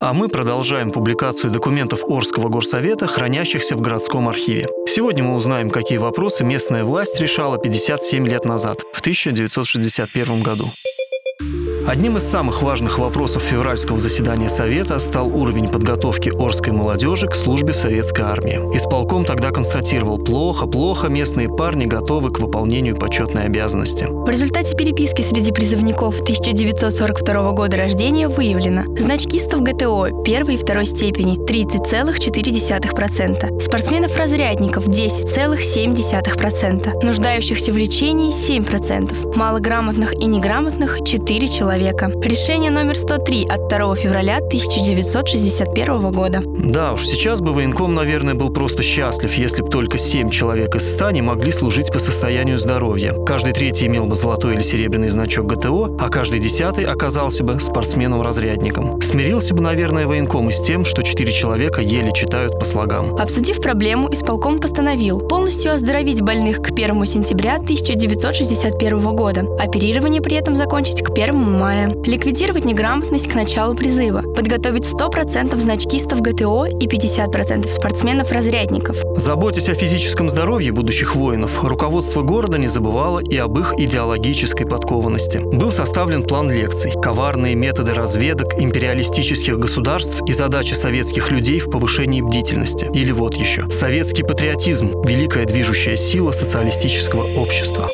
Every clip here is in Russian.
А мы продолжаем публикацию документов Орского горсовета, хранящихся в городском архиве. Сегодня мы узнаем, какие вопросы местная власть решала 57 лет назад, в 1961 году. Одним из самых важных вопросов февральского заседания Совета стал уровень подготовки орской молодежи к службе в советской армии. Исполком тогда констатировал: плохо, местные парни готовы к выполнению почетной обязанности. В результате переписки среди призывников 1942 года рождения выявлено: значкистов ГТО 1 и 2 степени 30,4%, спортсменов-разрядников 10,7%, нуждающихся в лечении 7%, малограмотных и неграмотных 4 человека. Решение номер 103 от 2 февраля 1961 года. Да уж, сейчас бы военком, наверное, был просто счастлив, если бы только 7 человек из 100 не могли служить по состоянию здоровья. Каждый третий имел бы золотой или серебряный значок ГТО, а каждый 10-й оказался бы спортсменом-разрядником. Смирился бы, наверное, военком и с тем, что 4 человека еле читают по слогам. Обсудив проблему, исполком постановил полностью оздоровить больных к 1 сентября 1961 года, оперирование при этом закончить к 1 мая, ликвидировать неграмотность к началу призыва, подготовить 100% значкистов ГТО и 50% спортсменов-разрядников. Заботясь о физическом здоровье будущих воинов, руководство города не забывало и об их идеологической подкованности. Был составлен план лекций, коварные методы разведок империалистических государств и задачи советских людей в повышении бдительности. Или вот еще: советский патриотизм – великая движущая сила социалистического общества.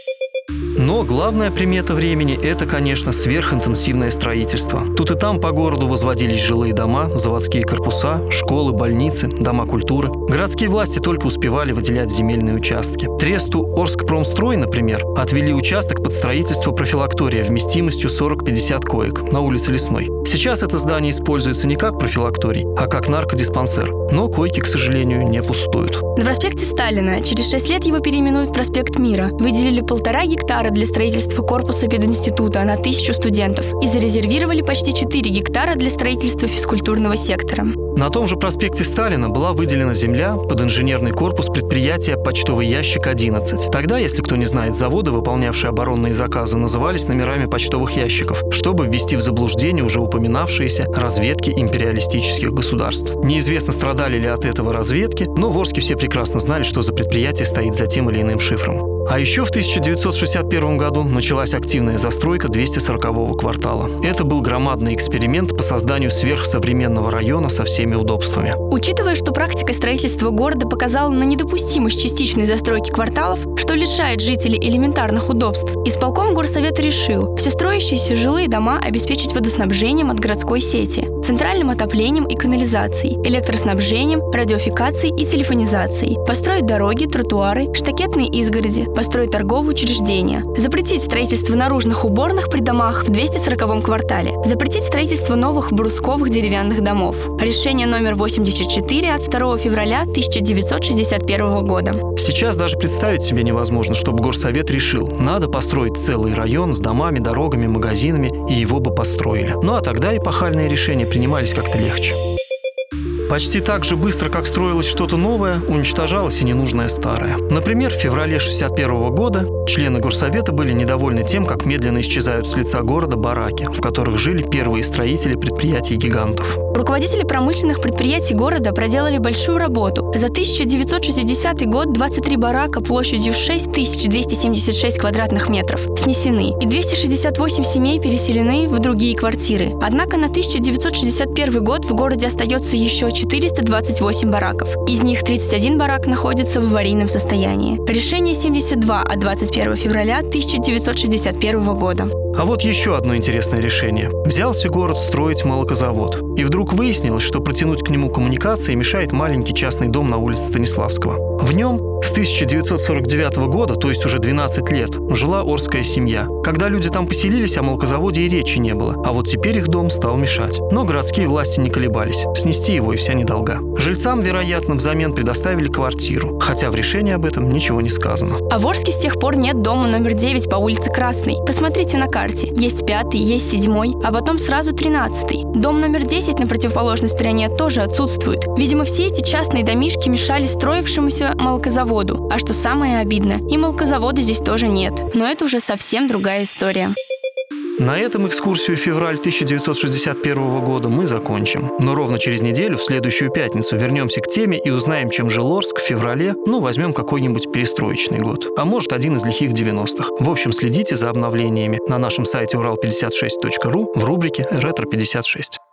Но главная примета времени – это, конечно, сверхинтенсивное строительство. Тут и там по городу возводились жилые дома, заводские корпуса, школы, больницы, дома культуры. Городские власти только успевали выделять земельные участки. Тресту «Орскпромстрой», например, отвели участок под строительство профилактория вместимостью 40-50 коек на улице Лесной. Сейчас это здание используется не как профилакторий, а как наркодиспансер. Но койки, к сожалению, не пустуют. На проспекте Сталина через 6 лет его переименуют в проспект Мира. Выделили 1,5 гектара для строительства корпуса пединститута на 1000 студентов и зарезервировали почти 4 гектара для строительства физкультурного сектора. На том же проспекте Сталина была выделена земля под инженерный корпус предприятия «Почтовый ящик 11». Тогда, если кто не знает, заводы, выполнявшие оборонные заказы, назывались номерами почтовых ящиков, чтобы ввести в заблуждение уже упоминавшиеся разведки империалистических государств. Неизвестно, страдали ли от этого разведки, но в Орске все прекрасно знали, что за предприятие стоит за тем или иным шифром. А еще в 1961 году началась активная застройка 240-го квартала. Это был громадный эксперимент по созданию сверхсовременного района со всеми удобствами. Учитывая, что практика строительства города показала на недопустимость частичной застройки кварталов, что лишает жителей элементарных удобств, исполком горсовета решил все строящиеся жилые дома обеспечить водоснабжением от городской сети, центральным отоплением и канализацией, электроснабжением, радиофикацией и телефонизацией, построить дороги, тротуары, штакетные изгороди, построить торговые учреждения, запретить строительство наружных уборных при домах в 240-м квартале, запретить строительство новых брусковых деревянных домов. Решение номер 84 от 2 февраля 1961 года. Сейчас даже представить себе невозможно, чтобы горсовет решил: надо построить целый район с домами, дорогами, магазинами, и его бы построили. Ну а тогда эпохальные решения принимались как-то легче. Почти так же быстро, как строилось что-то новое, уничтожалось и ненужное старое. Например, в феврале 1961 года члены горсовета были недовольны тем, как медленно исчезают с лица города бараки, в которых жили первые строители предприятий-гигантов. Руководители промышленных предприятий города проделали большую работу. За 1960 год 23 барака площадью 6276 квадратных метров снесены, и 268 семей переселены в другие квартиры. Однако на 1961 год в городе остается еще 428 бараков. Из них 31 барак находится в аварийном состоянии. Решение 72 от 21 февраля 1961 года. А вот еще одно интересное решение. Взялся город строить молокозавод. И вдруг выяснилось, что протянуть к нему коммуникации мешает маленький частный дом на улице Станиславского. В нем с 1949 года, то есть уже 12 лет, жила орская семья. Когда люди там поселились, о молокозаводе и речи не было. А вот теперь их дом стал мешать. Но городские власти не колебались. Снести его и вся недолга. Жильцам, вероятно, взамен предоставили квартиру. Хотя в решении об этом ничего не сказано. А в Орске с тех пор нет дома номер 9 по улице Красной. Посмотрите на карте. Есть 5-й, есть 7-й, а потом сразу 13-й. Дом номер 10 на противоположной стороне тоже отсутствует. Видимо, все эти частные домишки мешали строившемуся молокозаводу. А что самое обидное, и молокозавода здесь тоже нет. Но это уже совсем другая история. На этом экскурсию в февраль 1961 года мы закончим. Но ровно через неделю, в следующую пятницу, вернемся к теме и узнаем, чем жил Орск в феврале, возьмем какой-нибудь перестроечный год. А может, один из лихих 90-х. В общем, следите за обновлениями на нашем сайте ural56.ru в рубрике «Ретро-56».